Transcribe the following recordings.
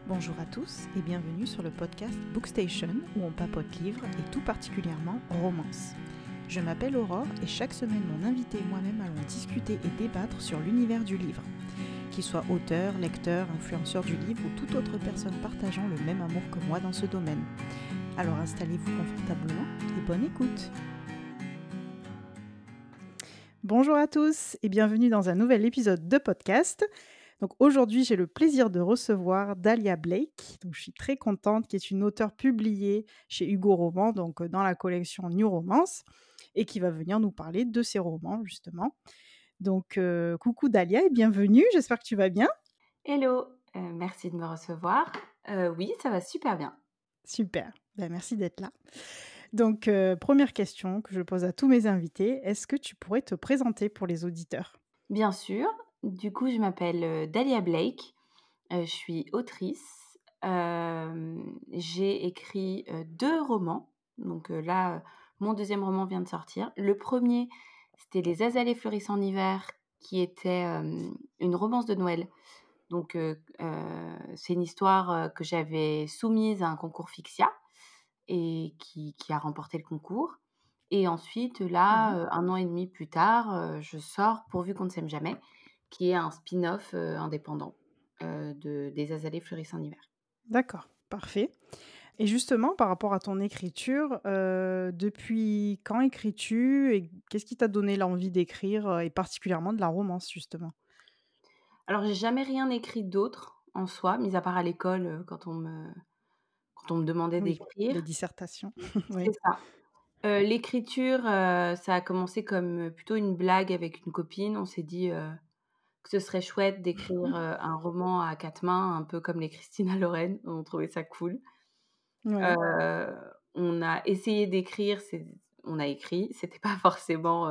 Bonjour à tous et bienvenue sur le podcast Bookstation où on papote livres et tout particulièrement romance. Je m'appelle Aurore et chaque semaine mon invité et moi-même allons discuter et débattre sur l'univers du livre. Qu'il soit auteur, lecteur, influenceur du livre ou toute autre personne partageant le même amour que moi dans ce domaine. Alors installez-vous confortablement et bonne écoute. Bonjour à tous et bienvenue dans un nouvel épisode de podcast. Donc aujourd'hui, j'ai le plaisir de recevoir Dahlia Blake. Donc, je suis très contente, qui est une auteure publiée chez Hugo Roman, donc dans la collection New Romance, et qui va venir nous parler de ses romans, justement. Donc, coucou Dahlia et bienvenue, j'espère que tu vas bien. Hello, merci de me recevoir. Oui, ça va super bien. Super, merci d'être là. Donc, première question que je pose à tous mes invités, est-ce que tu pourrais te présenter pour les auditeurs ? Bien sûr, du coup, je m'appelle Dahlia Blake, je suis autrice. J'ai écrit 2 romans. Donc là, mon deuxième roman vient de sortir. Le premier, c'était Les azalées fleurissent en hiver, qui était une romance de Noël. Donc c'est une histoire que j'avais soumise à un concours Fixia et qui a remporté le concours. Et ensuite, là, 1 an et demi plus tard, je sors Pourvu qu'on ne s'aime jamais, qui est un spin-off, indépendant, des azalées fleurissent en hiver. D'accord, parfait. Et justement, par rapport à ton écriture, depuis quand écris-tu et qu'est-ce qui t'a donné l'envie d'écrire, et particulièrement de la romance, justement? Alors j'ai jamais rien écrit d'autre en soi, mis à part à l'école, quand on me demandait Oui, les d'écrire. dissertations, C'est oui. ça. L'écriture, ça a commencé comme, plutôt une blague avec une copine. On s'est dit, que ce serait chouette d'écrire, un roman à 4 mains, un peu comme les Christina Loren. On trouvait ça cool. Ouais. Heu, on a essayé d'écrire, on a écrit, c'était pas forcément,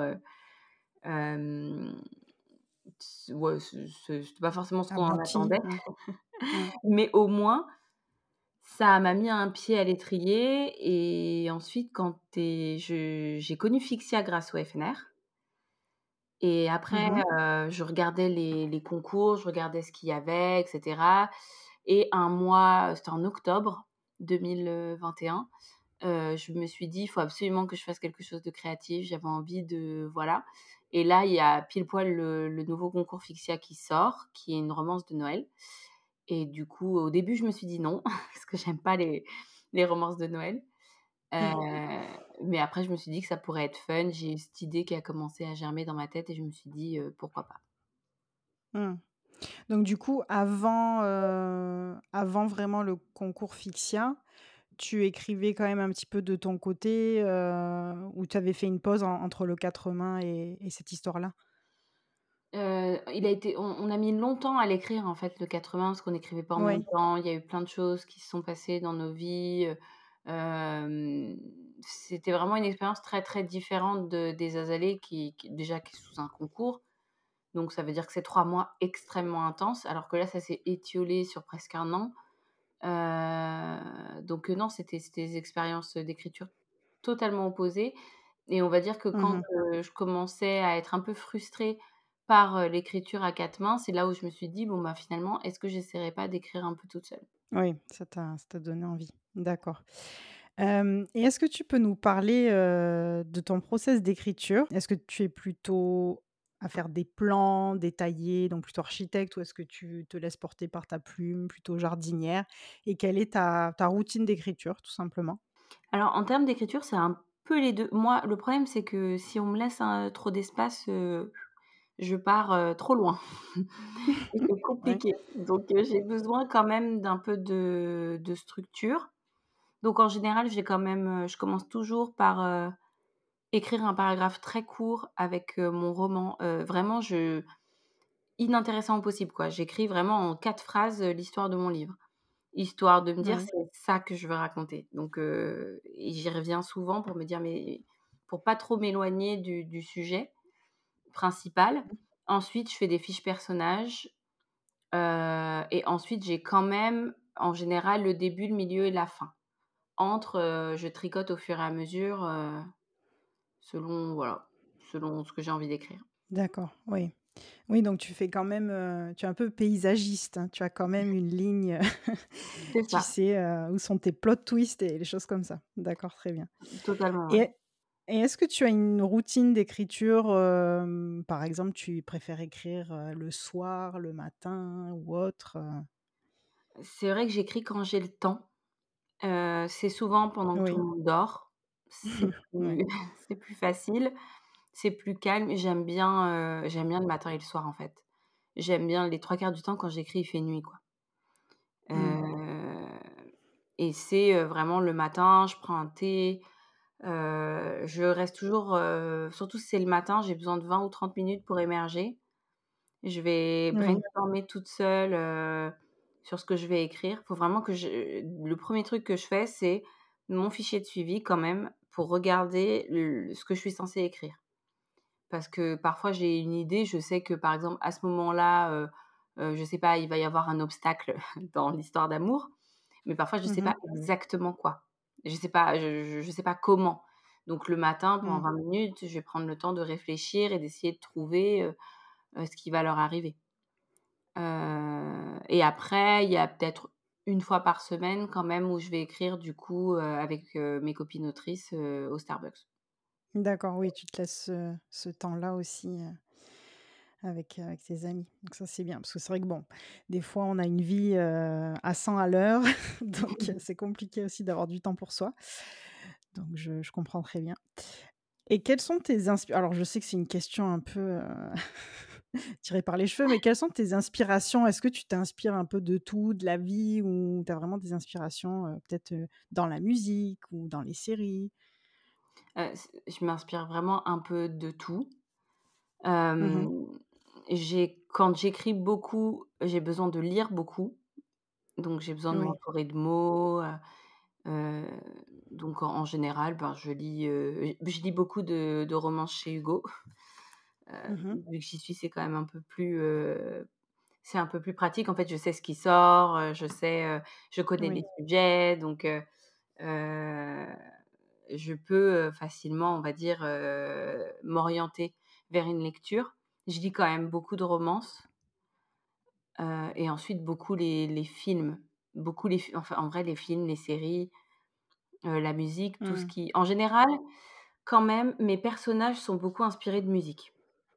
hem, ouais, c'était pas forcément ce qu'on en Abouti, attendait, ouais. Ouais. mais au moins, ça m'a mis un pied à l'étrier et ensuite quand j'ai connu Fixia grâce au FNR et après, Mmh. je regardais les concours, je regardais ce qu'il y avait et cetera et un mois, c'était en octobre 2021. Je me suis dit: «Il faut absolument que je fasse quelque chose de créatif». J'avais envie de voilà et là, il y a pile poil le nouveau concours Fixia qui sort, qui est une romance de Noël et du coup, au début, je me suis dit: «Non» parce que j'aime pas les romances de Noël. Heu, mais après, je me suis dit que ça pourrait être fun. J'ai eu cette idée qui a commencé à germer dans ma tête et je me suis dit: «Pourquoi pas?» Mmh. Donc du coup, avant vraiment le concours Fixia, tu écrivais quand même un petit peu de ton côté, ou tu avais fait une pause entre le 4 mains et cette histoire-là? Il a été on a mis longtemps à l'écrire, en fait, le 80 parce qu'on n'écrivait pas en même Oui. temps. Il y a eu plein de choses qui se sont passées dans nos vies, c'était vraiment une expérience très, très différente des Azalées qui est sous un concours. Donc ça veut dire que c'est 3 mois extrêmement intenses, alors que là, ça s'est étiolé sur presque 1 an. Donc non, c'était des expériences d'écriture totalement opposées et on va dire que quand, Mmh. je commençais à être un peu frustrée par, l'écriture à 4 mains, c'est là où je me suis dit: «Bon, bah, finalement, est-ce que j'essaierais pas d'écrire un peu toute seule?» Oui, ça t'a donné envie. D'accord. Et est-ce que tu peux nous parler, de ton process d'écriture? Est-ce que tu es plutôt à faire des plans détaillés, donc plutôt architecte, ou est-ce que tu te laisses porter par ta plume, plutôt jardinière? Et quelle est ta routine d'écriture, tout simplement? Alors en termes d'écriture, c'est un peu les 2. Moi, le problème, c'est que si on me laisse, trop d'espace, je pars, trop loin et c'est Ouais. compliqué. Donc j'ai besoin quand même d'un peu de structure. Donc en général, j'ai quand même, je commence toujours par, écrire un paragraphe très court avec, mon roman, vraiment je inintéressant possible, quoi. J'écris vraiment en 4 phrases, l'histoire de mon livre, histoire de me dire: Ouais. «C'est ça que je veux raconter». Donc et j'y reviens souvent pour me dire mais pour pas trop m'éloigner du sujet principal. Ensuite, je fais des fiches personnages, et ensuite j'ai quand même, en général, le début, le milieu et la fin. Entre, je tricote au fur et à mesure, selon voilà, selon ce que j'ai envie d'écrire. D'accord, oui. Oui, donc tu fais quand même, tu es un peu paysagiste, hein. Tu as quand même une ligne, C'est tu ça, sais, où sont tes plot twists et les choses comme ça. D'accord, très bien. totalement, ouais. Et et est-ce que tu as une routine d'écriture, par exemple, tu préfères écrire, le soir, le matin ou autre, C'est vrai que j'écris quand j'ai le temps, c'est souvent pendant que tout Oui, le monde dort. C'est ouais. plus c'est plus facile, c'est plus calme. J'aime bien le matin et le soir, en fait. J'aime bien les 3 quarts du temps quand j'écris, il fait nuit, quoi. Mmh. Heu et c'est, vraiment le matin, je prends un thé, je reste toujours, surtout si c'est le matin, j'ai besoin de 20 ou 30 minutes pour émerger. Je vais Oui. brainstormer toute seule, sur ce que je vais écrire. Faut vraiment que je le premier truc que je fais, c'est mon fichier de suivi quand même pour regarder ce que je suis censée écrire. Parce que parfois j'ai une idée, je sais que par exemple à ce moment-là, je sais pas, il va y avoir un obstacle dans l'histoire d'amour, mais parfois je sais Mmh. pas exactement quoi. Je sais pas comment. Donc le matin, pendant Mmh. 20 minutes, je vais prendre le temps de réfléchir et d'essayer de trouver, ce qui va leur arriver. Et après, il y a peut-être une fois par semaine quand même où je vais écrire du coup, avec, mes copines autrices, au Starbucks. D'accord, oui, tu te laisses, ce temps-là aussi, avec tes amis. Donc ça, c'est bien parce que c'est vrai que bon, des fois, on a une vie, à 100 à l'heure, donc c'est compliqué aussi d'avoir du temps pour soi. Donc je comprends très bien. Et quelles sont tes inspi alors je sais que c'est une question un peu, tirée par les cheveux, mais quelles sont tes inspirations? Est-ce que tu t'inspires un peu de tout, de la vie ou tu as vraiment des inspirations, peut-être, dans la musique ou dans les séries? C Je m'inspire vraiment un peu de tout. Mmh. Hem, quand j'écris beaucoup, j'ai besoin de lire beaucoup, donc j'ai besoin de Oui. m'entourer de mots, heu, donc en général, ben, je lis beaucoup de romances chez Hugo. Mmh. Vu que j'y suis, c'est un peu plus pratique. En fait, je sais ce qui sort, je connais les Oui. sujets, donc heu, je peux, facilement, on va dire, m'orienter vers une lecture. Je lis quand même beaucoup de romances, et ensuite beaucoup les films. Beaucoup enfin, en vrai, les films, les séries, la musique, tout ce Mmh. qui en général, quand même, mes personnages sont beaucoup inspirés de musique.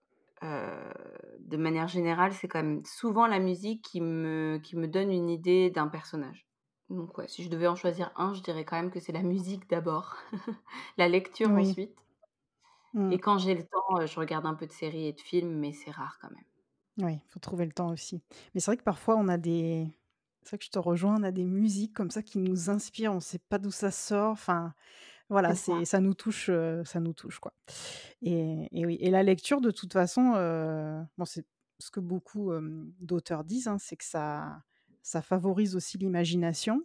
De manière générale, c'est quand même souvent la musique qui me donne une idée d'un personnage. Donc ouais, si je devais en choisir un, je dirais quand même que c'est la musique d'abord, la lecture Oui. ensuite Mmh. et quand j'ai le temps, je regarde un peu de séries et de films, mais c'est rare quand même. Oui, faut trouver le temps aussi. Mais c'est vrai que parfois on a des c'est vrai que je te rejoins, on a des musiques comme ça qui nous inspirent, on sait pas d'où ça sort, enfin voilà, C'est ça. c'est ça nous touche quoi. Et oui et la lecture de toute façon, bon c'est ce que beaucoup, d'auteurs disent, hein, c'est que ça favorise aussi l'imagination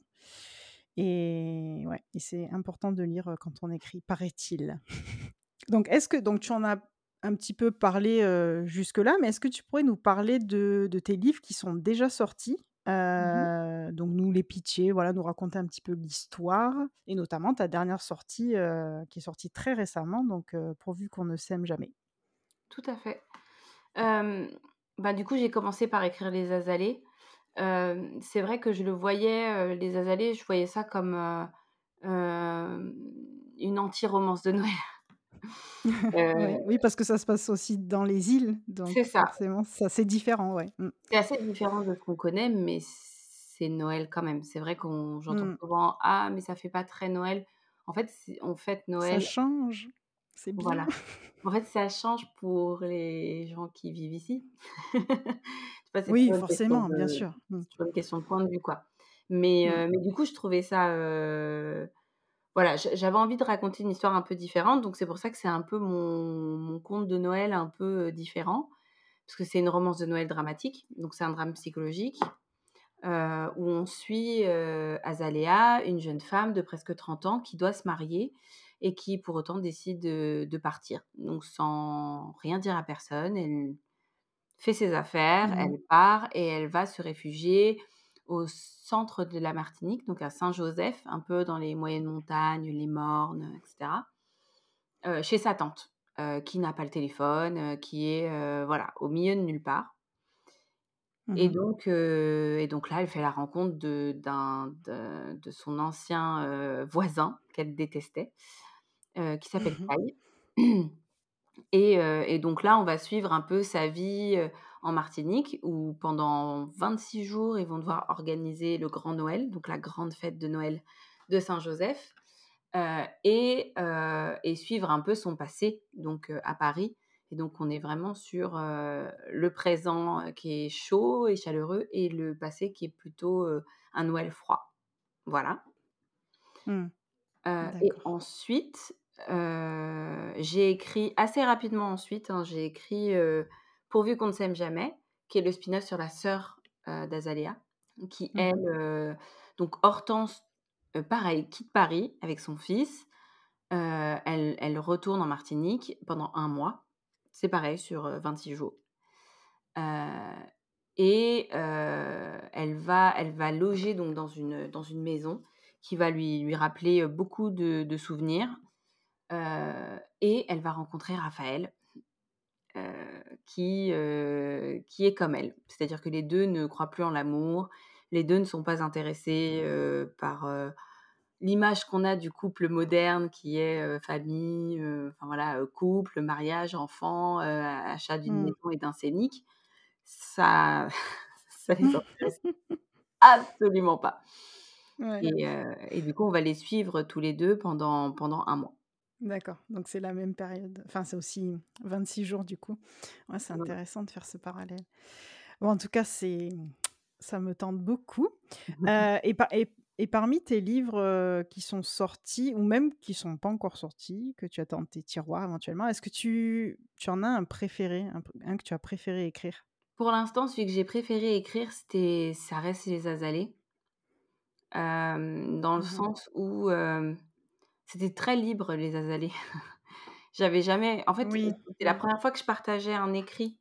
et ouais et c'est important de lire, quand on écrit, paraît-il. Donc est-ce que donc tu en as un petit peu parlé, jusque-là, mais est-ce que tu pourrais nous parler de tes livres qui sont déjà sortis? Mmh. Donc nous les pitcher, voilà, nous raconter un petit peu l'histoire et notamment ta dernière sortie, qui est sortie très récemment, donc Pourvu qu'on ne s'aime jamais. Tout à fait. Hem, Bah, du coup, j'ai commencé par écrire Les Azalées. C'est vrai que je le voyais, Les Azalées, je voyais ça comme, hem, une anti-romance de Noël. Ouais, Heu, oui, parce que ça se passe aussi dans les îles, c'est donc ça. forcément ça c'est différent, ouais. Mmh. C'est assez différent de ce qu'on connaît, mais c'est Noël quand même. C'est vrai qu'on j'entends Mmh. souvent: «Ah, mais ça fait pas très Noël». En fait, on fête Ça Noël, change, c'est bien. voilà. En fait, ça change pour les gens qui vivent ici. Je sais pas, Oui, forcément, bien sûr. Mmh. c'est toujours une question de point de vue, quoi. Mais Mmh. mais du coup, je trouvais ça, voilà, j'avais envie de raconter une histoire un peu différente, donc c'est pour ça que c'est un peu mon conte de Noël un peu, différent, parce que c'est une romance de Noël dramatique, donc c'est un drame psychologique. Où on suit, Azalea, une jeune femme de presque 30 ans qui doit se marier et qui pour autant décide de partir. Donc sans rien dire à personne, elle fait ses affaires, Mmh. elle part et elle va se réfugier au centre de la Martinique, donc à Saint-Joseph, un peu dans les moyennes montagnes, les Mornes, et cetera, chez sa tante. qui n'a pas le téléphone, qui est, voilà, au milieu de nulle part. Mmh. Et donc là, elle fait la rencontre de son ancien, voisin qu'elle détestait, qui s'appelle Kai. Et donc là, on va suivre un peu sa vie, en Martinique où pendant 26 jours, ils vont devoir organiser le Grand Noël, donc la grande fête de Noël de Saint-Joseph, et suivre un peu son passé, donc à Paris. Et donc on est vraiment sur, le présent, qui est chaud et chaleureux et le passé qui est plutôt, un Noël froid. Voilà. Mmh. Et D'accord. ensuite, j'ai écrit assez rapidement ensuite, hein, j'ai écrit, «Pourvu qu'on ne s'aime jamais», qui est le spin-off sur la sœur, d'Azalea, qui elle, Mmh. donc Hortense, pareil, quitte Paris avec son fils, elle retourne en Martinique pendant un mois. C'est pareil sur, 26 jours. Heu elle va loger donc dans une maison qui va lui rappeler, beaucoup de souvenirs, et elle va rencontrer Raphaël, qui est comme elle. C'est-à-dire que les 2 ne croient plus en l'amour, les 2 ne sont pas intéressés, par, l'image qu'on a du couple moderne qui est, famille, enfin voilà, couple, mariage, enfant, achat d'une Mmh. maison et d'un scénic. Ça ça les intéresse absolument pas. Ouais, Et du coup, on va les suivre tous les 2 pendant un mois. d'accord, donc c'est la même période. Enfin, c'est aussi 26 jours du coup. Ouais, c'est Voilà. intéressant de faire ce parallèle. Bon, en tout cas, ça me tente beaucoup. Et parmi tes livres, qui sont sortis ou même qui sont pas encore sortis, que tu as dans tes tiroirs éventuellement, est-ce que tu en as un préféré, un que tu as préféré écrire? Pour l'instant, celui que j'ai préféré écrire, ça reste Les Azalées, dans le Mmh. sens où, c'était très libre Les Azalées. J'avais jamais en fait, Oui, c'était la mmh, première fois que je partageais un écrit.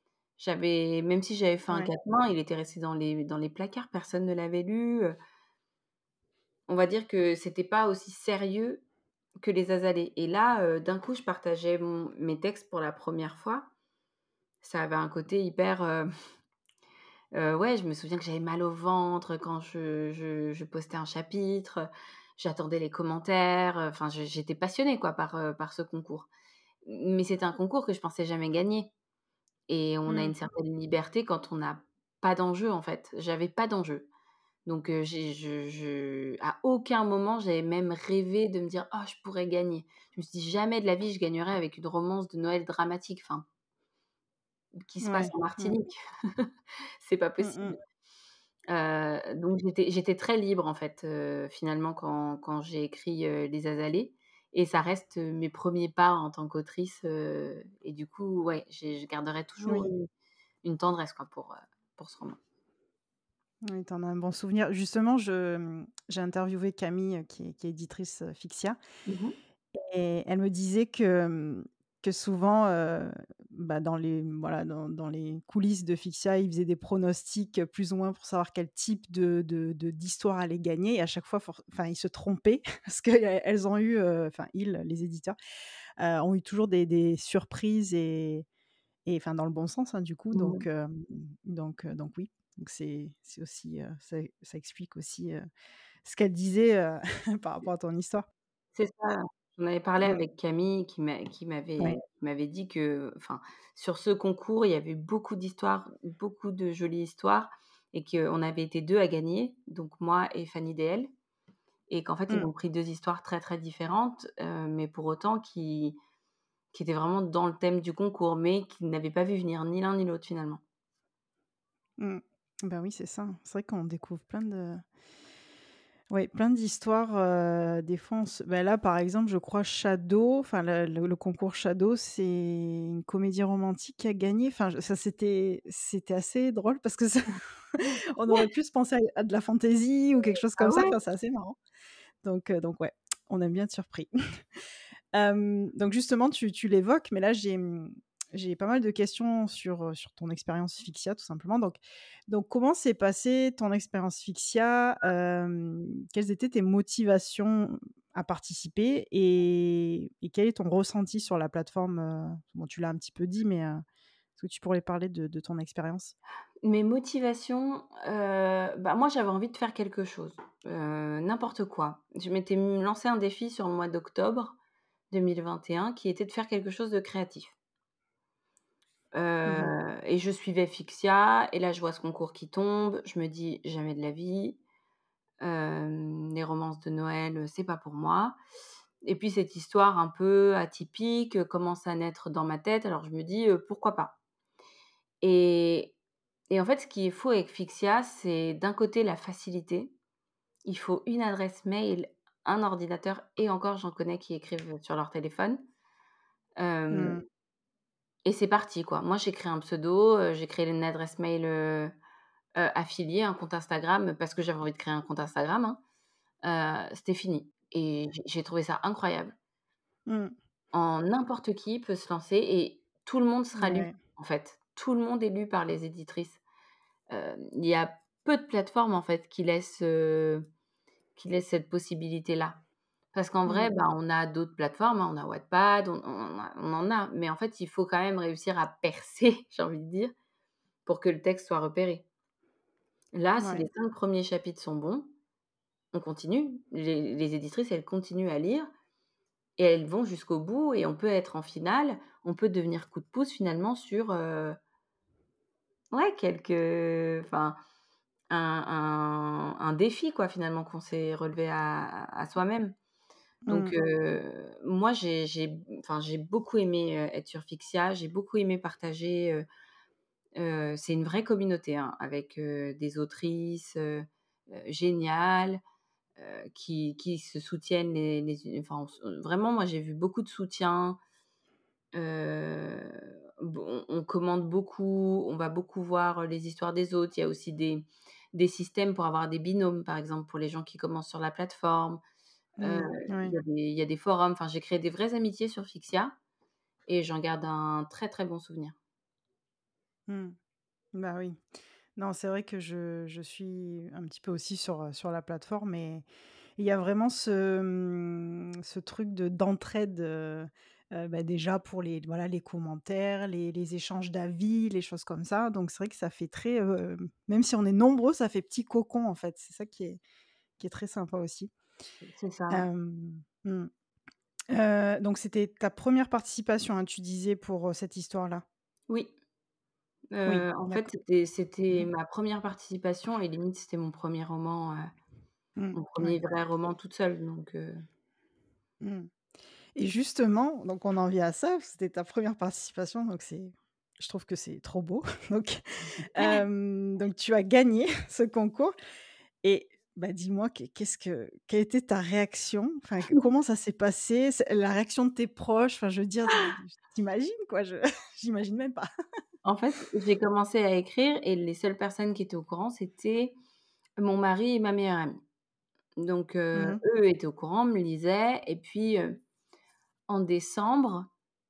Même si j'avais fait un ouais. 4 mains, il était resté dans les placards, personne ne l'avait lu, on va dire que c'était pas aussi sérieux que Les Azalées. Et là, d'un coup, je partageais mes textes pour la première fois. Ça avait un côté hyper, ouais, je me souviens que j'avais mal au ventre quand je postais un chapitre, j'attendais les commentaires, enfin j'étais passionnée quoi par ce concours. Mais c'était un concours que je pensais jamais gagner et on a une Mmh. certaine liberté quand on n'a pas d'enjeu, en fait. J'avais pas d'enjeu. Donc j'ai à aucun moment, j'avais même rêvé de me dire: «Oh, je pourrais gagner». Je me suis dit: «Jamais de la vie je gagnerai avec une romance de Noël dramatique», enfin, qui se passe Ouais, en ouais. Martinique. C'est pas Mmh mh. possible. Donc j'étais très libre en fait, finalement quand j'ai écrit, Les Azalées et ça reste, mes premiers pas en tant qu'autrice, et du coup, ouais, je garderai toujours Oui, une tendresse quoi pour ce roman. oui, tu en as un bon souvenir. Justement, j'ai interviewé Camille, qui est éditrice, Fixia. Mmh mh. Et elle me disait que souvent, bah, dans les coulisses de Fixia, ils faisaient des pronostics, plus ou moins pour savoir quel type d'histoire allait gagner et à chaque fois ils se trompaient parce qu'elles ont eu, enfin ils, les éditeurs, ont eu toujours des surprises et enfin dans le bon sens, hein, du coup Mmh. donc oui, donc c'est aussi, ça explique aussi, ce qu'elle disait, par rapport à ton histoire. C'est ça. J'en avais parlé Mmh, avec Camille qui ouais. m'avait dit que enfin, sur ce concours, il y avait beaucoup d'histoires, beaucoup de jolies histoires et qu'on avait été 2 à gagner, donc moi et Fanny DL. Et qu'en fait, ils Mmh. ont pris 2 histoires très, très différentes, mais pour autant qui étaient vraiment dans le thème du concours, mais qu'ils n'avaient pas vu venir ni l'un ni l'autre finalement. Mmh. Bah, oui, c'est ça. C'est vrai qu'on découvre plein d'histoires, des fois là, par exemple, je crois Shadow, enfin le concours Shadow, c'est une comédie romantique qui a gagné. Enfin, je ça c'était assez drôle parce que ça on aurait plus pensé à de la fantaisie ou quelque chose Ah comme ça. ouais? Enfin, c'est assez marrant. Donc ouais, on aime bien être surpris. Donc justement, tu l'évoques, mais là, j'ai pas mal de questions sur ton expérience Fixia, tout simplement. Donc comment s'est passée ton expérience Fixia? Quelles étaient tes motivations à participer et quel est ton ressenti sur la plateforme? Bon, tu l'as un petit peu dit, mais est-ce que tu pourrais parler de ton expérience? Mes motivations, bah, moi, j'avais envie de faire quelque chose, n'importe quoi. Je m'étais lancé un défi sur le mois d'octobre 2021 qui était de faire quelque chose de créatif. Mmh. Et je suivais Fixia et là, je vois ce concours qui tombe. Je me dis: «Jamais de la vie, les romances de Noël, c'est pas pour moi». Et puis cette histoire un peu atypique, commence à naître dans ma tête. Alors je me dis: «Pourquoi pas?» et en fait, ce qui est fou avec Fixia, c'est d'un côté la facilité. Il faut une adresse mail, un ordinateur et encore j'en connais qui écrivent sur leur téléphone. Hem Mmh. Et c'est parti, quoi. Moi, j'ai créé un pseudo, j'ai créé une adresse mail, affiliée, un compte Instagram, parce que j'avais envie de créer un compte Instagram, hein. C'était fini et j'ai trouvé ça incroyable. Mmh. En n'importe qui peut se lancer et tout le monde sera lu, Ouais. en fait. Tout le monde est lu par les éditrices. Il y a peu de plateformes, en fait, qui laissent cette possibilité-là. Parce qu'en vrai, Mmh. bah, on a d'autres plateformes, hein, on a Wattpad, on en a, mais en fait, il faut quand même réussir à percer, j'ai envie de dire, pour que le texte soit repéré. Là, si Ouais. les 5 premiers chapitres sont bons, on continue. Les éditrices, elles continuent à lire et elles vont jusqu'au bout et on peut être en finale, on peut devenir coup de pouce finalement sur, ouais, enfin, un défi quoi finalement qu'on s'est relevé à soi-même. Donc, Mmh. moi j'ai beaucoup aimé, être sur Fixia, j'ai beaucoup aimé partager, c'est une vraie communauté, hein, avec, des autrices, géniales, qui se soutiennent enfin, vraiment moi j'ai vu beaucoup de soutien, bon, on commande beaucoup, on va beaucoup voir, les histoires des autres. Il y a aussi des systèmes pour avoir des binômes, par exemple, pour les gens qui commencent sur la plateforme. Heu, Mmh. Ouais. il y a des forums, enfin j'ai créé des vraies amitiés sur Fixia et j'en garde un très, très bon souvenir. Mmh. Bah, oui. Non, c'est vrai que je suis un petit peu aussi sur la plateforme et il y a vraiment ce truc d'entraide, bah, déjà pour les voilà, les commentaires, les échanges d'avis, les choses comme ça. Donc c'est vrai que ça fait très, même si on est nombreux, ça fait petit cocon, en fait. C'est ça qui est très sympa aussi. C'est ça. Mmh. Donc c'était ta première participation, hein, tu disais pour, cette histoire-là? Oui, Oui, en fait, d'accord. c'était Mmh. ma première participation et limite c'était mon premier roman, Mmh. mon premier Ouais. vrai roman toute seule donc Mmh. Et justement, donc on en vient à ça, c'était ta première participation, donc je trouve que c'est trop beau. Donc, donc tu as gagné ce concours et bah, dis-moi quelle était ta réaction? Enfin, comment ça s'est passé? C'est la réaction de tes proches? Enfin, je veux dire, tu quoi? J'imagine même pas. en fait, j'ai commencé à écrire et les seules personnes qui étaient au courant, c'était mon mari et ma meilleure amie. Donc Mmh. eux étaient au courant, me lisaient et puis, en décembre,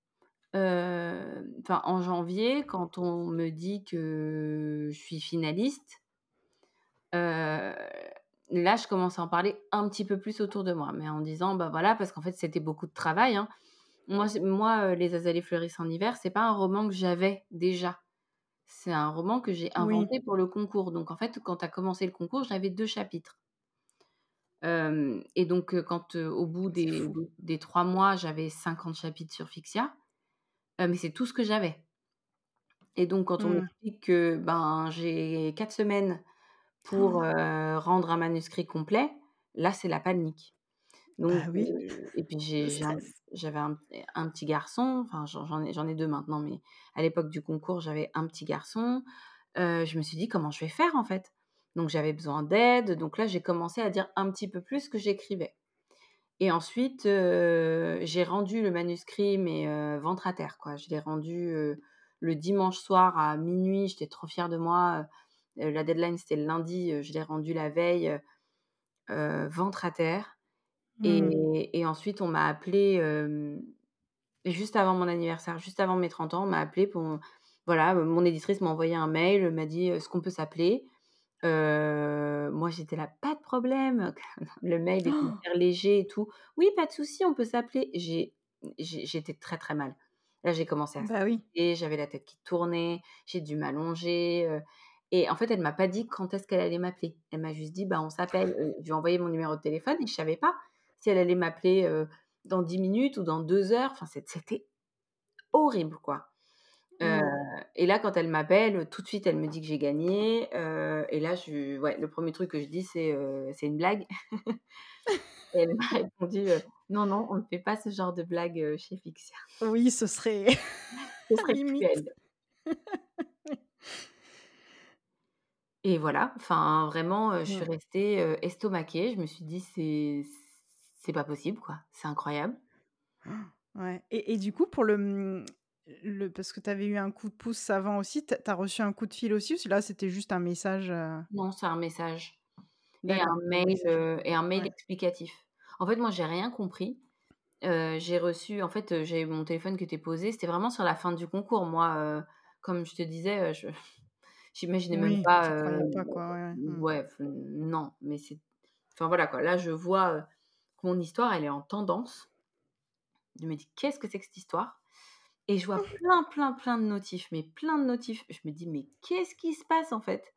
enfin en janvier, quand on me dit que je suis finaliste, heu, là, je commence à en parler un petit peu plus autour de moi, mais en disant: «Bah, voilà», parce qu'en fait, c'était beaucoup de travail, hein. Les azalées fleurissent en hiver, c'est pas un roman que j'avais déjà. C'est un roman que j'ai Oui. inventé pour le concours. Donc en fait, quand a commencé le concours, j'avais 2 chapitres. Et donc quand, au bout C'est fou. des 3 mois, j'avais 50 chapitres sur Fixia, mais c'est tout ce que j'avais. Et donc quand on Mmh. m'explique que, ben, j'ai 4 semaines pour, rendre un manuscrit complet, là, c'est la panique. Donc Bah oui, et puis le stress. j'avais un petit garçon, enfin j'en ai 2 maintenant, mais à l'époque du concours, j'avais un petit garçon. Je me suis dit: «Comment je vais faire, en fait?» Donc j'avais besoin d'aide, donc là, j'ai commencé à dire un petit peu plus ce que j'écrivais et ensuite, j'ai rendu le manuscrit mais ventre à terre, quoi. Je l'ai rendu, le dimanche soir à minuit. J'étais trop fière de moi, la deadline, c'était le lundi, je l'ai rendu la veille, ventre à terre Mmh. et ensuite on m'a appelée, juste avant mon anniversaire, juste avant mes 30 ans, on m'a appelée pour mon éditrice m'a envoyé un mail, m'a dit: «Est-ce qu'on peut s'appeler?» Moi moi, j'étais là: «Pas de problème». Le mail était hyper léger et tout. «Oui, pas de souci, on peut s'appeler». J'étais très, très mal. Là, j'ai commencé à Bah oui. stresser, j'avais la tête qui tournait, j'ai dû m'allonger, et en fait, elle m'a pas dit quand est-ce qu'elle allait m'appeler. Elle m'a juste dit: «Bah, on s'appelle». Je lui ai envoyé mon numéro de téléphone et je savais pas si elle allait m'appeler, dans 10 minutes ou dans 2 heures. Enfin, c'était horrible, quoi. Heu Mmh. et là, quand elle m'appelle, tout de suite, elle me dit que j'ai gagné, et là, ouais, le premier truc que je dis, c'est: «C'est une blague?» Et elle m'a répondu: «Non, non, on ne fait pas ce genre de blague, chez Fixia. Oui, ce serait Ce serait limite. cruel». Et voilà, enfin, vraiment, je suis Mmh. restée, estomaquée. Je me suis dit: «C'est pas possible, quoi, c'est incroyable». Ouais et du coup pour le parce que tu avais eu un coup de pouce avant aussi, tu as reçu un coup de fil aussi ou là c'était juste un message, Non, c'est un message D'accord, donc message. et un mail Ouais. explicatif. En fait, moi, j'ai rien compris. J'ai reçu en fait, j'ai mon téléphone qui était posé, c'était vraiment sur la fin du concours. Moi, comme je te disais, je j'imaginais même Oui, pas, tu croyais pas quoi, ouais, ouais. Mmh. ouais, non, mais enfin voilà quoi. Là, je vois, que mon histoire, elle est en tendance. Je me dis: «Qu'est-ce que c'est que cette histoire?» Et je vois plein, plein, plein de notifs, mais plein de notifs. Je me dis: «Mais qu'est-ce qui se passe, en fait?»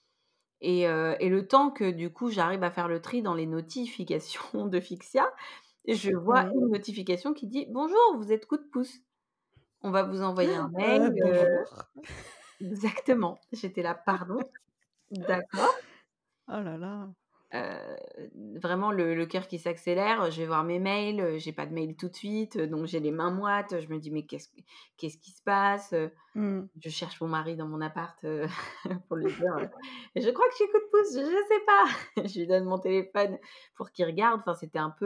Et le temps que, du coup, j'arrive à faire le tri dans les notifications de Fixia, je vois Oui. une notification qui dit: «Bonjour, vous êtes coup de pouce. On va vous envoyer un mail», Bonjour. exactement. J'étais là: «Pardon? D'accord». Oh là là. Vraiment le cœur qui s'accélère, je vais voir mes mails, j'ai pas de mail tout de suite, donc j'ai les mains moites, je me dis: «Mais qu'est-ce qui se passe?» Mmh. Je cherche mon mari dans mon appart, pour lui dire, «Je crois que je suis coup de pouce, je sais pas». Je lui donne mon téléphone pour qu'il regarde. Enfin, c'était un peu,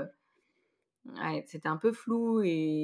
ouais, c'était un peu flou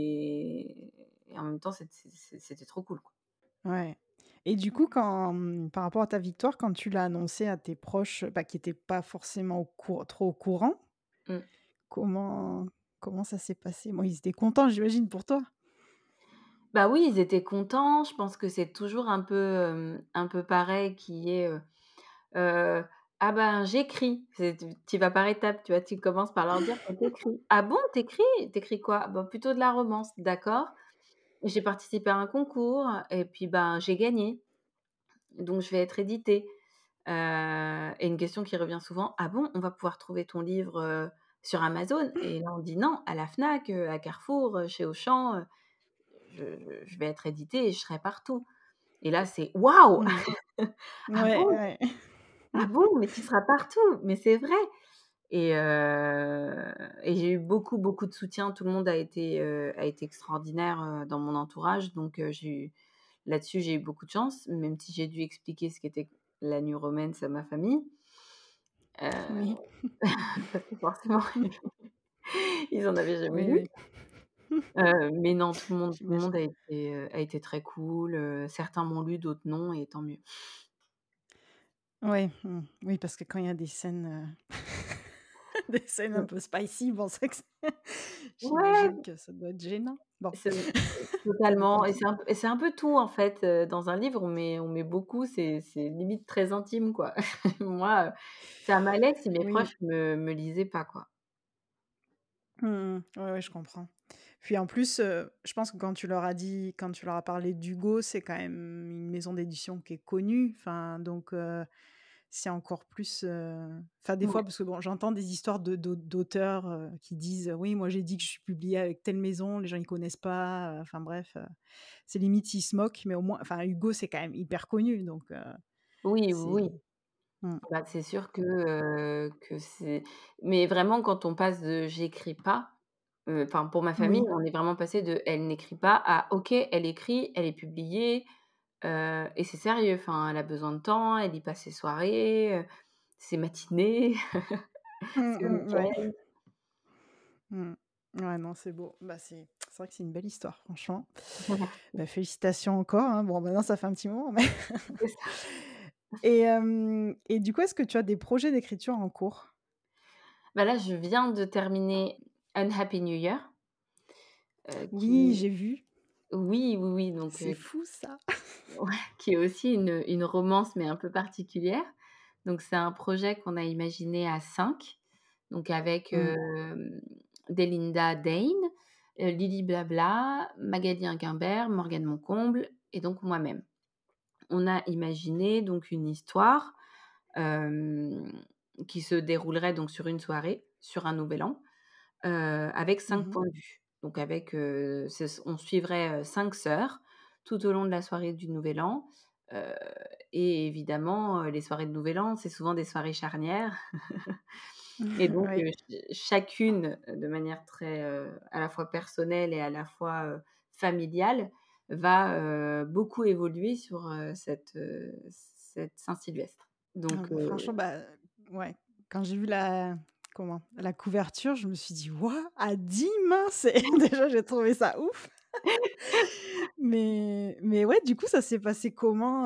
et en même temps, c'était trop cool, quoi. Ouais et du coup quand, par rapport à ta victoire, quand tu l'as annoncé à tes proches, bah, qui étaient pas forcément trop au courant, Mmh. comment comment ça s'est passé? Bon, ils étaient contents j'imagine pour toi? Bah, oui, ils étaient contents. Je pense que c'est toujours un peu pareil qui est, heu: «Ah ben, j'écris». Tu vas par étapes, tu vois? Tu commences par leur dire que tu écris. «Ah bon, tu écris? Tu écris quoi?» «Bah, plutôt de la romance». «D'accord. J'ai participé à un concours et puis, ben, j'ai gagné, donc je vais être éditée». Et une question qui revient souvent: «Ah bon, on va pouvoir trouver ton livre, sur Amazon?» Et là, on dit: «Non, à la Fnac, à Carrefour, chez Auchan, je vais être éditée et je serai partout». Et là, c'est: «Waouh! Mmh. Ah Ouais, bon? ouais. Ah bon? Mais tu seras partout? Mais c'est vrai?» Et j'ai eu beaucoup, beaucoup de soutien. Tout le monde a été extraordinaire, dans mon entourage, donc j'ai eu beaucoup de chance, même si j'ai dû expliquer ce qu'était la New Romance à ma famille, Oui. heu, parce que forcément ils en avaient jamais Oui, lu. oui. Mais non, tout le monde J'imagine. a été très cool, certains m'ont lu, d'autres non et tant mieux. Ouais, oui, parce que quand il y a des scènes, des scènes un Mmh. peu spicy, bon, c'est vrai que Ouais, j'imagine que ça doit être gênant. Bon, c'est ça totalement. dépend Et qui. c'est un peu tout, en fait, dans un livre, on met beaucoup, c'est limite très intime, quoi. Moi, ça m'allait si mes Oui. proches me lisaient pas, quoi. Mmh mh. Ouais, ouais, je comprends. Puis en plus, je pense que quand tu leur as parlé d'Hugo, c'est quand même une maison d'édition qui est connue, enfin donc c'est encore plus, enfin des Ouais. fois parce que bon, j'entends des histoires d'auteurs, qui disent: «Oui, moi j'ai dit que je suis publiée avec telle maison, les gens ils connaissent pas», enfin bref, c'est limite ils se moquent, mais au moins enfin Hugo c'est quand même hyper connu donc Oui, c'est oui. mmh. Bah, c'est sûr que c'est mais vraiment quand on passe de «j'écris pas», enfin pour ma famille, Oui. on est vraiment passé de «elle n'écrit pas» à «OK, elle écrit, elle est publiée, et c'est sérieux, enfin elle a besoin de temps, elle y passe ses soirées, ses matinées, ses Ouais. week-ends». Mmh. Ouais, non, c'est beau. Bah, c'est vrai que c'est une belle histoire, franchement. Bah, félicitations encore, hein. Bon, maintenant, ça fait un petit moment, mais C'est ça. et du coup, est-ce que tu as des projets d'écriture en cours? Bah, là, je viens de terminer Unhappy New Year, Oui, qui j'ai vu. oui, oui, oui, donc C'est fou ça. ouais, qui est aussi une romance, mais un peu particulière. Donc c'est un projet qu'on a imaginé à 5, donc avec, Mmh. Delinda Dane, Lily Blabla, Magali Inguimbert, Morgane Moncomble et donc moi-même. On a imaginé donc une histoire, hem, qui se déroulerait donc sur une soirée, sur un nouvel an, avec 5 Mmh. points de vue. Donc avec, on suivrait, 5 sœurs tout au long de la soirée du nouvel an, heu et évidemment, les soirées de nouvel an, c'est souvent des soirées charnières et donc Oui. chacune, de manière très, à la fois personnelle et à la fois, familiale, va, beaucoup évoluer sur, cette Saint-Sylvestre. Ah Donc bah, franchement, bah, ouais, quand j'ai vu la couverture, je me suis dit: «Waouh, à 10 mains!» c'est déjà, j'ai trouvé ça ouf. Mais ouais, du coup, ça s'est passé comment?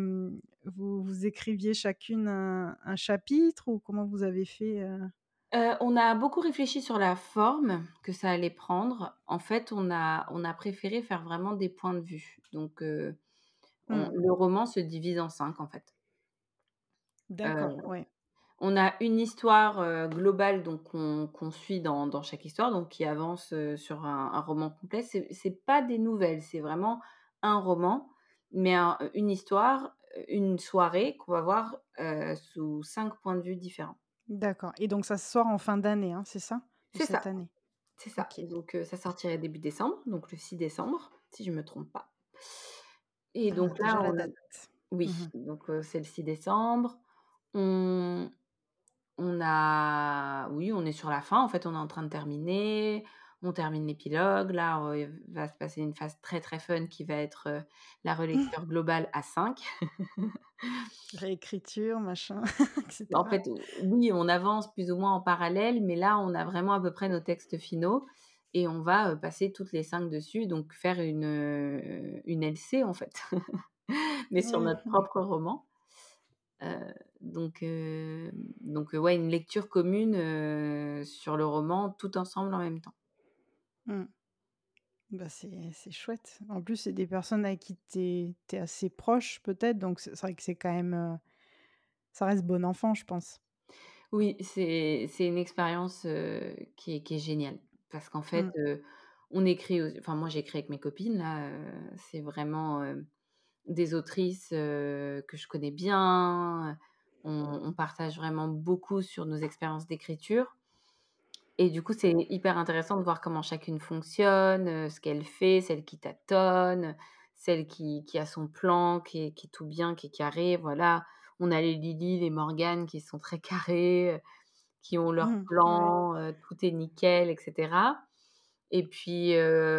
Vous écriviez chacune un chapitre ou comment vous avez fait, On a beaucoup réfléchi sur la forme que ça allait prendre. En fait, on a préféré faire vraiment des points de vue. Donc, on Mmh. le roman se divise en 5 en fait. D'accord, Heu, ouais. on a une histoire, globale donc qu'on suit dans chaque histoire, donc qui avance, sur un roman complet. C'est pas des nouvelles, c'est vraiment un roman, mais une histoire, une soirée qu'on va voir, sous 5 points de vue différents. D'accord et donc ça sort en fin d'année, hein, c'est ça? De C'est cette ça. année? C'est ça, OK. donc ça sortirait début décembre, donc le 6 décembre, si je me trompe pas et Ah, donc déjà là, la on a date. oui, Mmh. donc c'est le 6 décembre. On on a oui, on est sur la fin, en fait, on est en train de terminer. On termine l'épilogue. Là, il va se passer une phase très, très fun qui va être, la relecture globale à 5. Réécriture, machin, et En cetera. fait, oui, on avance plus ou moins en parallèle, mais là, on a vraiment à peu près nos textes finaux et on va, passer toutes les 5 dessus, donc faire une LC, en fait, mais sur Oui, notre oui. propre roman. Heu, donc, ouais, une lecture commune, sur le roman, tout ensemble en même temps. Mmh. Bah, c'est chouette. En plus, c'est des personnes avec qui tu es assez proche peut-être, donc c'est vrai que c'est quand même, ça reste bon enfant, je pense. Oui, c'est une expérience, qui est géniale parce qu'en fait, Mmh. on écrit enfin moi j'écris avec mes copines là, c'est vraiment, des autrices, que je connais bien, on partage vraiment beaucoup sur nos expériences d'écriture et du coup, c'est hyper intéressant de voir comment chacune fonctionne, ce qu'elle fait, celle qui tâtonne, celle qui a son plan, qui est tout bien, qui est carré, voilà. On a les Lily, les Morgane qui sont très carrées, qui ont leur Mmh. Ouais. plan, tout est nickel et cetera et puis,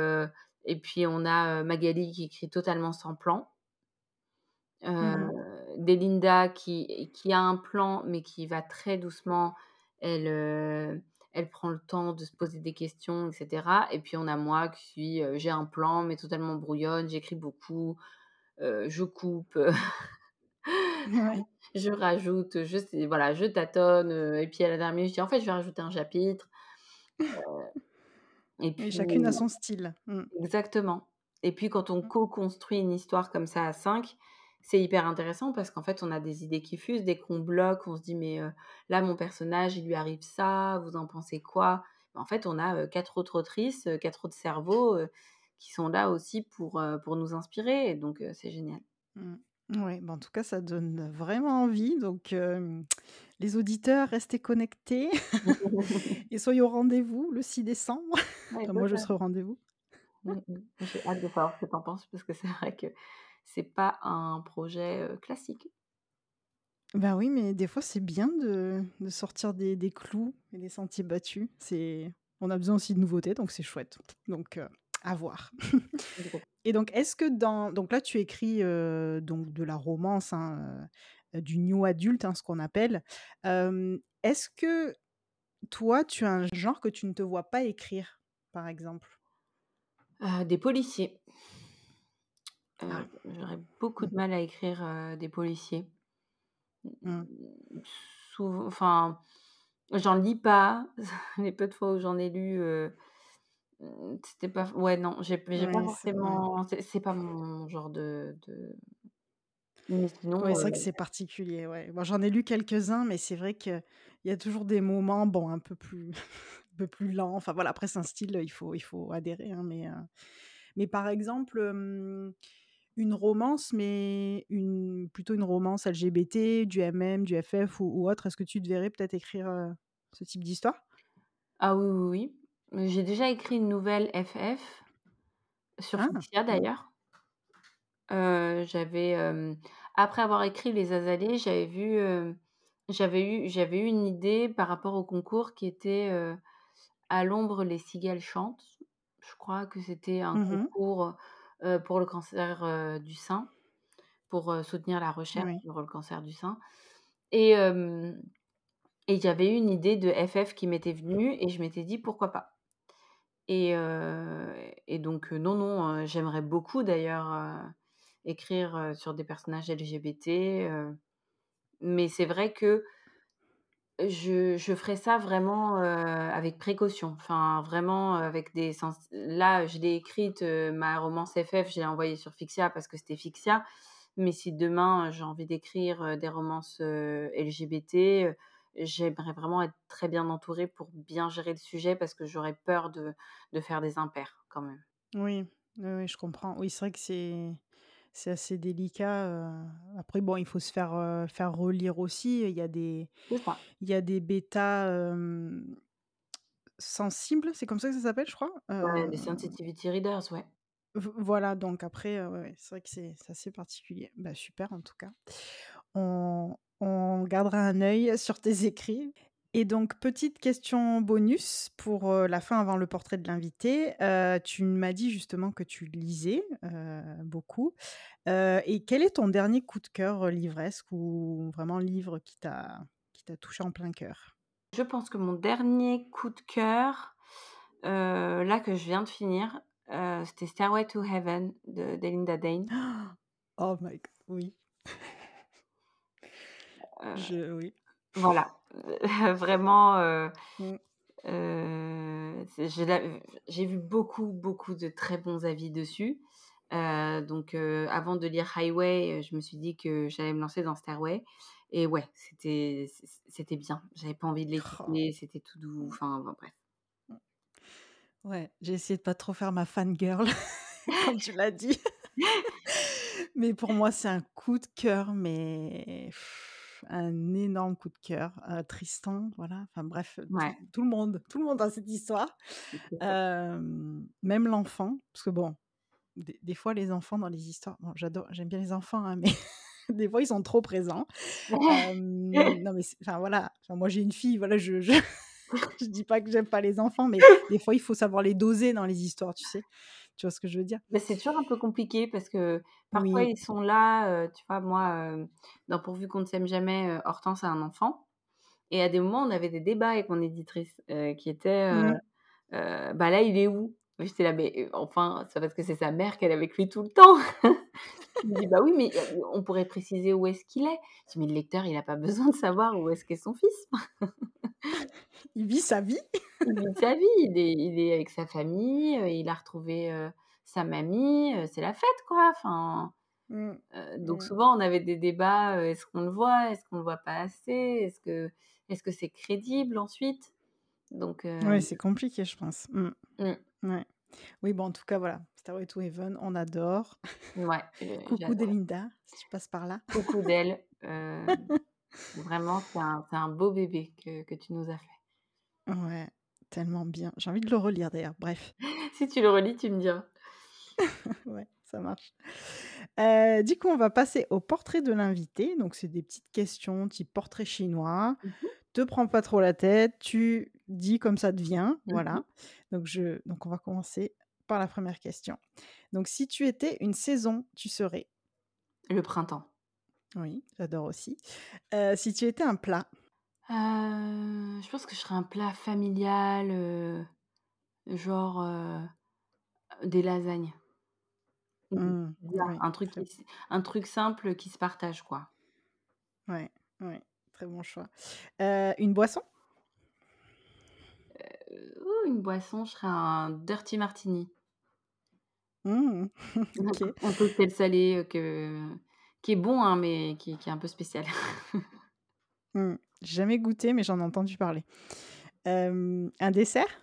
on a, Magali qui écrit totalement sans plan. Mmh. Delinda qui a un plan, mais qui va très doucement. Elle, elle prend le temps de se poser des questions et cetera et puis on a moi qui suis, j'ai un plan, mais totalement brouillonne, j'écris beaucoup, je coupe, Ouais. je rajoute, je sais voilà, je tâtonne, et puis à la dernière minute, je dis: «En fait, je vais rajouter un chapitre» et Oui, puis chacune a son style. Mmh. exactement et puis quand on Mmh. co-construit une histoire comme ça à 5, c'est hyper intéressant parce qu'en fait, on a des idées qui fusent. Dès qu'on bloque, on se dit: «Mais, là, mon personnage, il lui arrive ça, vous en pensez quoi?» En fait, on a, 4 autres autrices, 4 autres cerveaux, qui sont là aussi pour nous inspirer et donc c'est génial. Mmh. Ouais, bah, en tout cas, ça donne vraiment envie donc les auditeurs, restez connectés et soyez au rendez-vous le 6 décembre. Ouais, Enfin, moi, je serai au totalement. rendez-vous. Mmh mh. J'ai hâte de savoir ce que tu en penses parce que c'est vrai que c'est pas un projet, classique. Ben oui, mais des fois, c'est bien de sortir des clous et des sentiers battus. On a besoin aussi de nouveautés, donc c'est chouette. Donc à voir. Et donc est-ce que donc là, tu écris, donc de la romance, hein, du new adulte, hein, ce qu'on appelle. Est-ce que toi, tu as un genre que tu ne te vois pas écrire, par exemple? Des policiers. Ah. J'aurais beaucoup Mmh. de mal à écrire, des policiers. Mmh. Enfin, j'en lis pas. Les peu de fois où j'en ai lu, c'était pas ouais, non, j'ai pas Ouais, forcément c'est pas mon genre de Mais Ouais, sinon, c'est vrai que c'est particulier, ouais. Bon, j'en ai lu quelques-uns, mais c'est vrai qu'il y a toujours des moments, bon, un peu plus un peu plus lents. Enfin voilà, après c'est un style, il faut adhérer, hein, mais par exemple, une romance, mais plutôt une romance LGBT, du MM, du FF ou autre, est-ce que tu te verrais peut-être écrire, ce type d'histoire? ah oui, oui, oui. J'ai déjà écrit une nouvelle FF, sur Ah! Fuchsia Mmh. d'ailleurs. J'avais, après avoir écrit Les Azalées, j'avais eu une idée par rapport au concours qui était, «À l'ombre les cigales chantent». Je crois que c'était un Mmh. concours, pour le cancer, du sein, pour, soutenir la recherche Oui. sur le cancer du sein et hem et j'avais eu une idée de FF qui m'était venue et je m'étais dit: «Pourquoi pas?» et donc non, non, j'aimerais beaucoup d'ailleurs, écrire, sur des personnages LGBT, mais c'est vrai que je ferais ça vraiment, avec précaution. Enfin, vraiment, avec des sens là, je l'ai écrite, ma romance FF, je l'ai envoyée sur Fixia parce que c'était Fixia, mais si demain, j'ai envie d'écrire, des romances, LGBT, j'aimerais vraiment être très bien entourée pour bien gérer le sujet parce que j'aurais peur de faire des impairs quand même. Oui, oui, oui, je comprends. Oui, c'est vrai que c'est assez délicat, après bon, il faut se faire relire aussi. C'est ça. Il y a des bêtas, sensibles, c'est comme ça que ça s'appelle, je crois? Ouais, des sensitivity readers, ouais. Voilà, donc après, ouais, ouais, c'est vrai que c'est assez particulier. Bah, super en tout cas. On gardera un œil sur tes écrits. Et donc petite question bonus pour, la fin avant le portrait de l'invité. Tu m'as dit justement que tu lisais, beaucoup, et quel est ton dernier coup de cœur, livresque ou vraiment livre qui t'a touché en plein cœur? Je pense que mon dernier coup de cœur, là, que je viens de finir, c'était Stairway to Heaven de d'Elinda Dane. Oh my god, oui, Heu, oui. voilà, vraiment, Mmh. c'est j'ai vu beaucoup, beaucoup de très bons avis dessus. Donc avant de lire Highway, je me suis dit que j'allais me lancer dans Stairway et ouais, c'était bien. J'avais pas envie de les Oh. quitter, c'était tout doux, enfin bon bref. Ouais, j'ai essayé de pas trop faire ma fangirl comme tu l'as dit. Mais pour moi, c'est un coup de cœur, mais un énorme coup de cœur. Tristan, voilà, enfin bref, tout Ouais, tout le monde a cette histoire. c'est ça. Même l'enfant, parce que bon, des fois les enfants dans les histoires, bon j'aime bien les enfants, hein, mais des fois ils sont trop présents. Non mais enfin voilà, enfin moi j'ai une fille, voilà, je je dis pas que j'aime pas les enfants, mais des fois il faut savoir les doser dans les histoires, tu sais? Tu vois ce que je veux dire? Mais c'est toujours un peu compliqué parce que parfois Oui. ils sont là, tu vois? Moi, dans Pourvu qu'on ne s'aime jamais, Hortense a un enfant et à des moments on avait des débats avec mon éditrice, qui étaient, Mmh. «Bah là il est où?» J'étais là: «Mais, enfin, c'est parce que c'est sa mère qu'elle est avec lui tout le temps». Il me dit: «Bah oui, mais, on pourrait préciser où est-ce qu'il est». Je dis: «Mais le lecteur il a pas besoin de savoir où est-ce qu'est son fils». Il vit sa vie. Il vit sa vie, il est avec sa famille, il a retrouvé, sa mamie, c'est la fête quoi, enfin. Mmh. Donc Mmh. souvent on avait des débats, est-ce qu'on le voit? Est-ce qu'on le voit pas assez? Est-ce que c'est crédible ensuite? Donc Ouais, c'est compliqué, je pense. Mmh. mmh, Ouais. Oui, bon, en tout cas, voilà, Stairway to Heaven, on adore. ouais, Coucou j'adore. Delinda, si tu passes par là. Coucou d'elle, vraiment c'est un beau bébé que tu nous as fait. Ouais, tellement bien. J'ai envie de le relire d'ailleurs, bref. Si tu le relis, tu me diras. Ouais, ça marche. Du coup, on va passer au portrait de l'invité. Donc, c'est des petites questions type portrait chinois. Mmh Te prends pas trop la tête, tu dis comme ça te vient, mh. voilà. Donc on va commencer par la première question. Donc si tu étais une saison, tu serais? Le printemps. Oui, j'adore aussi. Si tu étais un plat? Je pense que je serais un plat familial, genre, des lasagnes ou des Mmh, pizzas, oui, un truc simple qui se partage, quoi. ouais, ouais, très bon choix. Une boisson? Une boisson, je serais un dirty martini. Mmh, Un OK. cocktail salé, qui est bon, hein, mais qui est un peu spécial. J'ai jamais goûté, mais j'en ai entendu parler. Un dessert?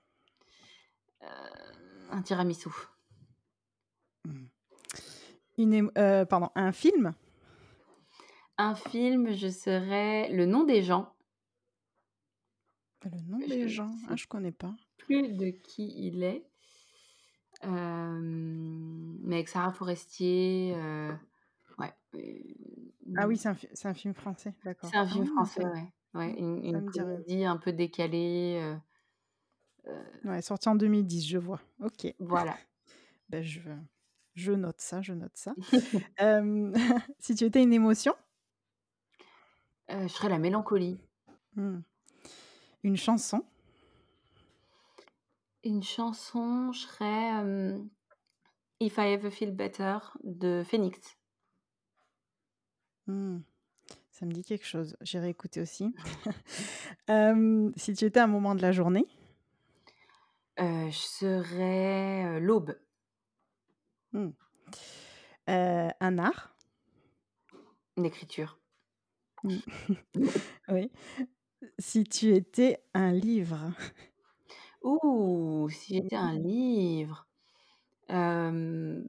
Un tiramisu. Mmh. Pardon, un film? Un film, je serais Le nom des gens. Le nom Je des gens? Ah, sais je connais pas. plus de qui il est, mais avec Sarah Forestier, ouais, Ah oui, c'est un film français, c'est d'accord. un Ah film ouais, français, ouais. Ouais, ça une me dit rien. comédie un peu décalée, Ouais, sorti en 2010, je vois. OK. voilà. Ben je note ça, je note ça. Hem, si tu étais une émotion? Je serais la mélancolie. Mmh. Une chanson? Une chanson, je serais, If I Ever Feel Better de Phoenix. Mmh. Ça me dit quelque chose. J'irai écouter aussi. Si tu étais un moment de la journée? Je serais, l'aube. Mmh. Un art? L'écriture. Mmh. Oui. Si tu étais un livre? Ouh! Si j'étais un livre, hem,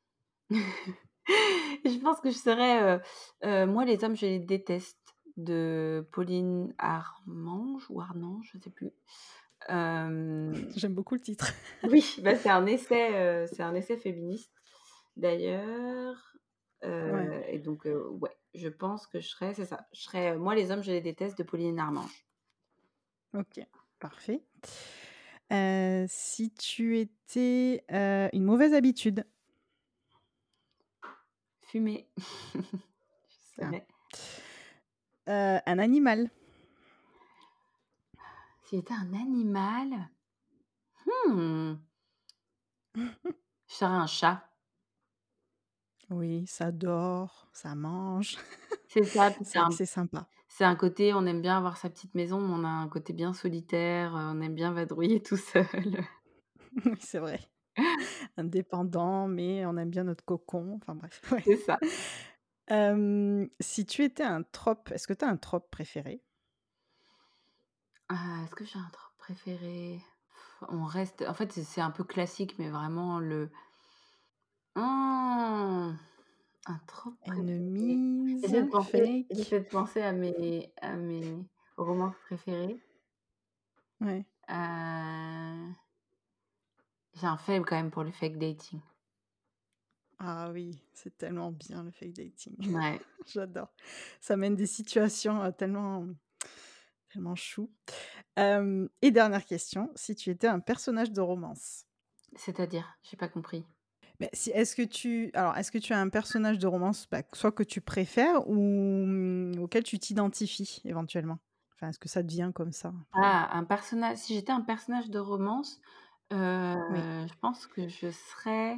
je pense que je serais, Moi les hommes je les déteste de Pauline Armange ou Arnange, je sais plus. Hem, J'aime beaucoup le titre. oui, bah, c'est un essai féministe d'ailleurs, Ouais, et donc ouais, je pense que je serais c'est ça, je serais, Moi les hommes je les déteste de Pauline Armange. OK, parfait. Si tu étais, une mauvaise habitude? Fumer, je Ah. serais Un animal? si j'étais un animal, mmh, je serais un chat. Oui, ça dort, ça mange. C'est ça, puis C'est vrai que c'est sympa. c'est un côté on aime bien avoir sa petite maison, mais on a un côté bien solitaire, on aime bien vadrouiller tout seul. Oui, c'est vrai. Indépendant, mais on aime bien notre cocon, enfin bref, ouais. C'est ça. Si tu étais un trope, est-ce que tu as un trope préféré? Est-ce que j'ai un truc préféré? On reste en fait, c'est un peu classique, mais vraiment le mmh, un trope préféré. Enemies, fake? J'essaie de penser à mes romances préférés. Ouais. Heu, j'ai un faible quand même pour le fake dating. Ah oui, c'est tellement bien le fake dating. Ouais. J'adore. Ça mène des situations, tellement chou. Et dernière question, si tu étais un personnage de romance? C'est-à-dire? J'ai pas compris. Beh, si est-ce que tu as un personnage de romance, bah, soit que tu préfères ou auquel tu t'identifies éventuellement? Enfin, est-ce que ça te vient comme ça après? Ah, un personnage si j'étais un personnage de romance, Oui. je pense que je serais,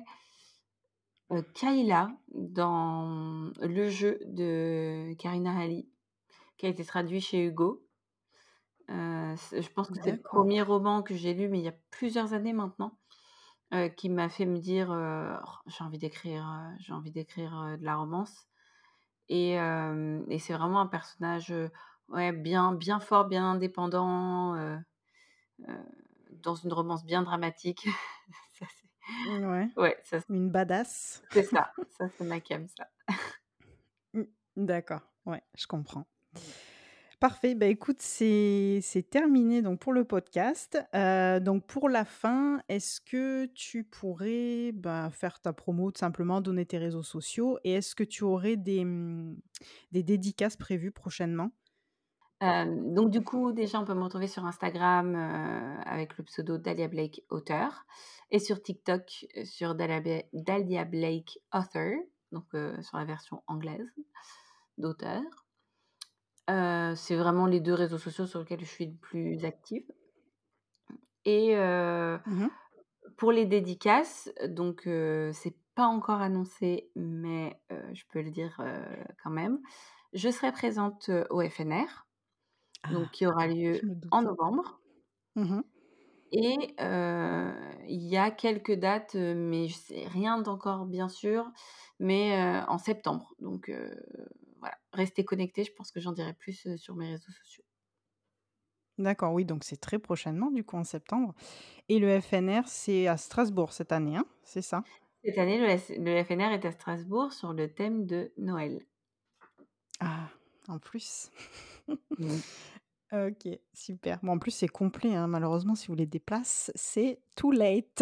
Kayla dans Le Jeu de Karina Ali, qui a été traduit chez Hugo. C'est je pense que c'est le D'accord. premier roman que j'ai lu, mais il y a plusieurs années maintenant, qui m'a fait me dire, «Oh, j'ai envie d'écrire, de la romance» et c'est vraiment un personnage, ouais, bien fort, bien indépendant, heu, dans une romance bien dramatique. Ça c'est Ouais, Ouais, une badass. ça c'est ma came ça. Mmh, d'accord, ouais, je comprends. Parfait, bah, écoute, c'est terminé donc pour le podcast. Donc pour la fin, est-ce que tu pourrais, bah, faire ta promo, tout simplement, donner tes réseaux sociaux et est-ce que tu aurais des dédicaces prévues prochainement? Donc du coup, déjà, on peut me retrouver sur Instagram, avec le pseudo Dahlia Blake auteur et sur TikTok, sur Dahlia Blake author, donc sur la version anglaise d'auteur. C'est vraiment les 2 réseaux sociaux sur lesquels je suis le plus active et Mmh. pour les dédicaces, donc c'est pas encore annoncé, mais je peux le dire, quand même. Je serai présente, au FNR, donc Ah, qui aura lieu je me en doutais. novembre. Mmh. Et il y a quelques dates, mais je sais rien d'encore bien sûr, mais en septembre. Donc voilà, restez connectés, je pense que j'en dirai plus, sur mes réseaux sociaux. D'accord, oui, donc c'est très prochainement, du coup, en septembre. Et le FNR, c'est à Strasbourg cette année, hein? C'est ça? Cette année, le FNR est à Strasbourg sur le thème de Noël. Ah, en plus. Oui. OK, super. Bon, en plus, c'est complet, hein, malheureusement, si vous voulez des places, c'est too late.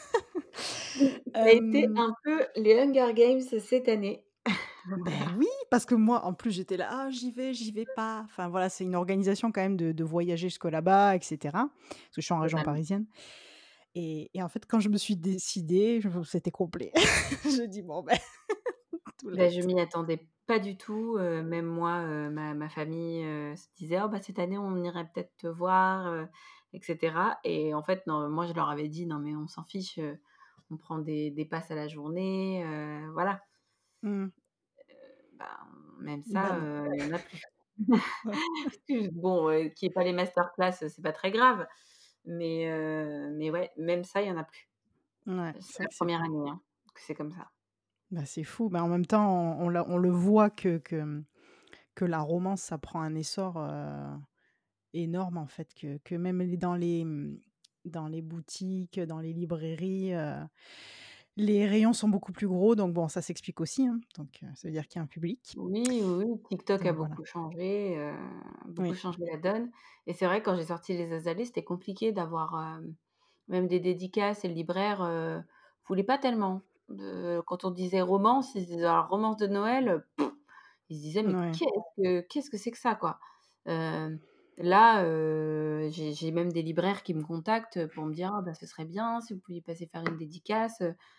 Ça a été Hem, un peu les Hunger Games cette année. beh, Voilà. oui, parce que moi, en plus, j'étais là: «Ah, j'y vais pas». Enfin, voilà, c'est une organisation quand même de voyager jusque là-bas et cetera, parce que je suis en région Totalement. parisienne et en fait, quand je me suis décidée, je c'était complet. J'ai dit: «Bon, ben, too Bah, je late». m'y attendais pas du tout, même moi, ma famille, se disait: «Oh bah, cette année, on irait peut-être te voir», et cetera et en fait, non, moi, je leur avais dit: «Non, mais on s'en fiche, on prend des passes à la journée», voilà. Mmh. Bah, même Bah, ça, non. il y en a plus. Ouais. Bon, qu'il y ait pas les masterclass, c'est pas très grave, mais ouais, même ça, il y en a plus. Ouais, C'est c'est vrai la que c'est première fou. année, hein, que c'est comme ça. Bah, c'est fou. Bah, en même temps, on le voit que la romance, ça prend un essor, énorme en fait, que même dans les boutiques, dans les librairies, les rayons sont beaucoup plus gros donc bon, ça s'explique aussi, hein, donc ça veut dire qu'il y a un public, Oui, oui, oui, TikTok a donc voilà. beaucoup Oui, changé la donne et c'est vrai quand j'ai sorti Les Azalées, c'était compliqué d'avoir, même des dédicaces et le libraire, voulait pas tellement. Quand on disait romance, ils disaient alors romance de Noël, ils se disaient: «Mais ouais, qu'est-ce que c'est que ça, quoi?» Là, j'ai même des libraires qui me contactent, pour me dire: «Ah bah, ce serait bien si vous pouviez passer faire une dédicace»,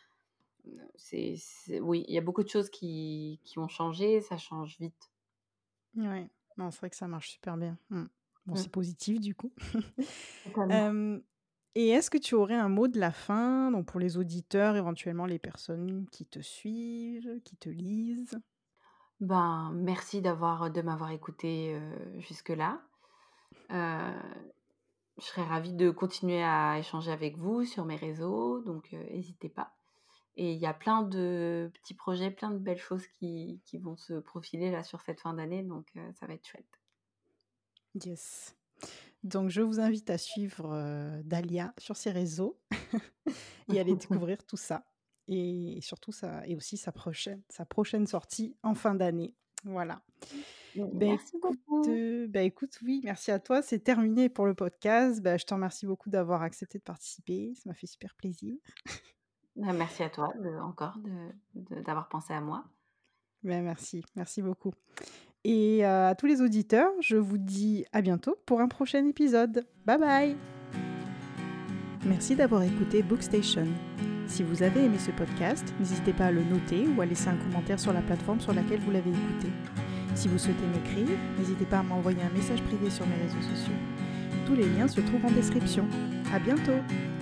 c'est oui, il y a beaucoup de choses qui ont changé, ça change vite. ouais. Non, c'est vrai que ça marche super bien. Mmh. Bon, Mmh, c'est positif du coup. totalement. Hem et est-ce que tu aurais un mot de la fin, donc pour les auditeurs, éventuellement les personnes qui te suivent, qui te lisent? Ben, merci de m'avoir écoutée, jusque-là. Heu, je serais ravie de continuer à échanger avec vous sur mes réseaux, donc hésitez pas et il y a plein de petits projets, plein de belles choses qui vont se profiler là sur cette fin d'année, donc ça va être chouette. Yes. Donc je vous invite à suivre, Dahlia sur ses réseaux et aller découvrir tout ça et surtout sa prochaine sortie en fin d'année. Voilà. Merci beaucoup. Écoute, oui, merci à toi. C'est terminé pour le podcast. Bah, je te remercie beaucoup d'avoir accepté de participer. Ça m'a fait super plaisir. Bah, merci à toi d'avoir pensé à moi. Merci, merci beaucoup et à tous les auditeurs, je vous dis à bientôt pour un prochain épisode. Bye bye. Merci d'avoir écouté Bookstation. Si vous avez aimé ce podcast, n'hésitez pas à le noter ou à laisser un commentaire sur la plateforme sur laquelle vous l'avez écouté. Si vous souhaitez m'écrire, n'hésitez pas à m'envoyer un message privé sur mes réseaux sociaux. Tous les liens se trouvent en description. À bientôt!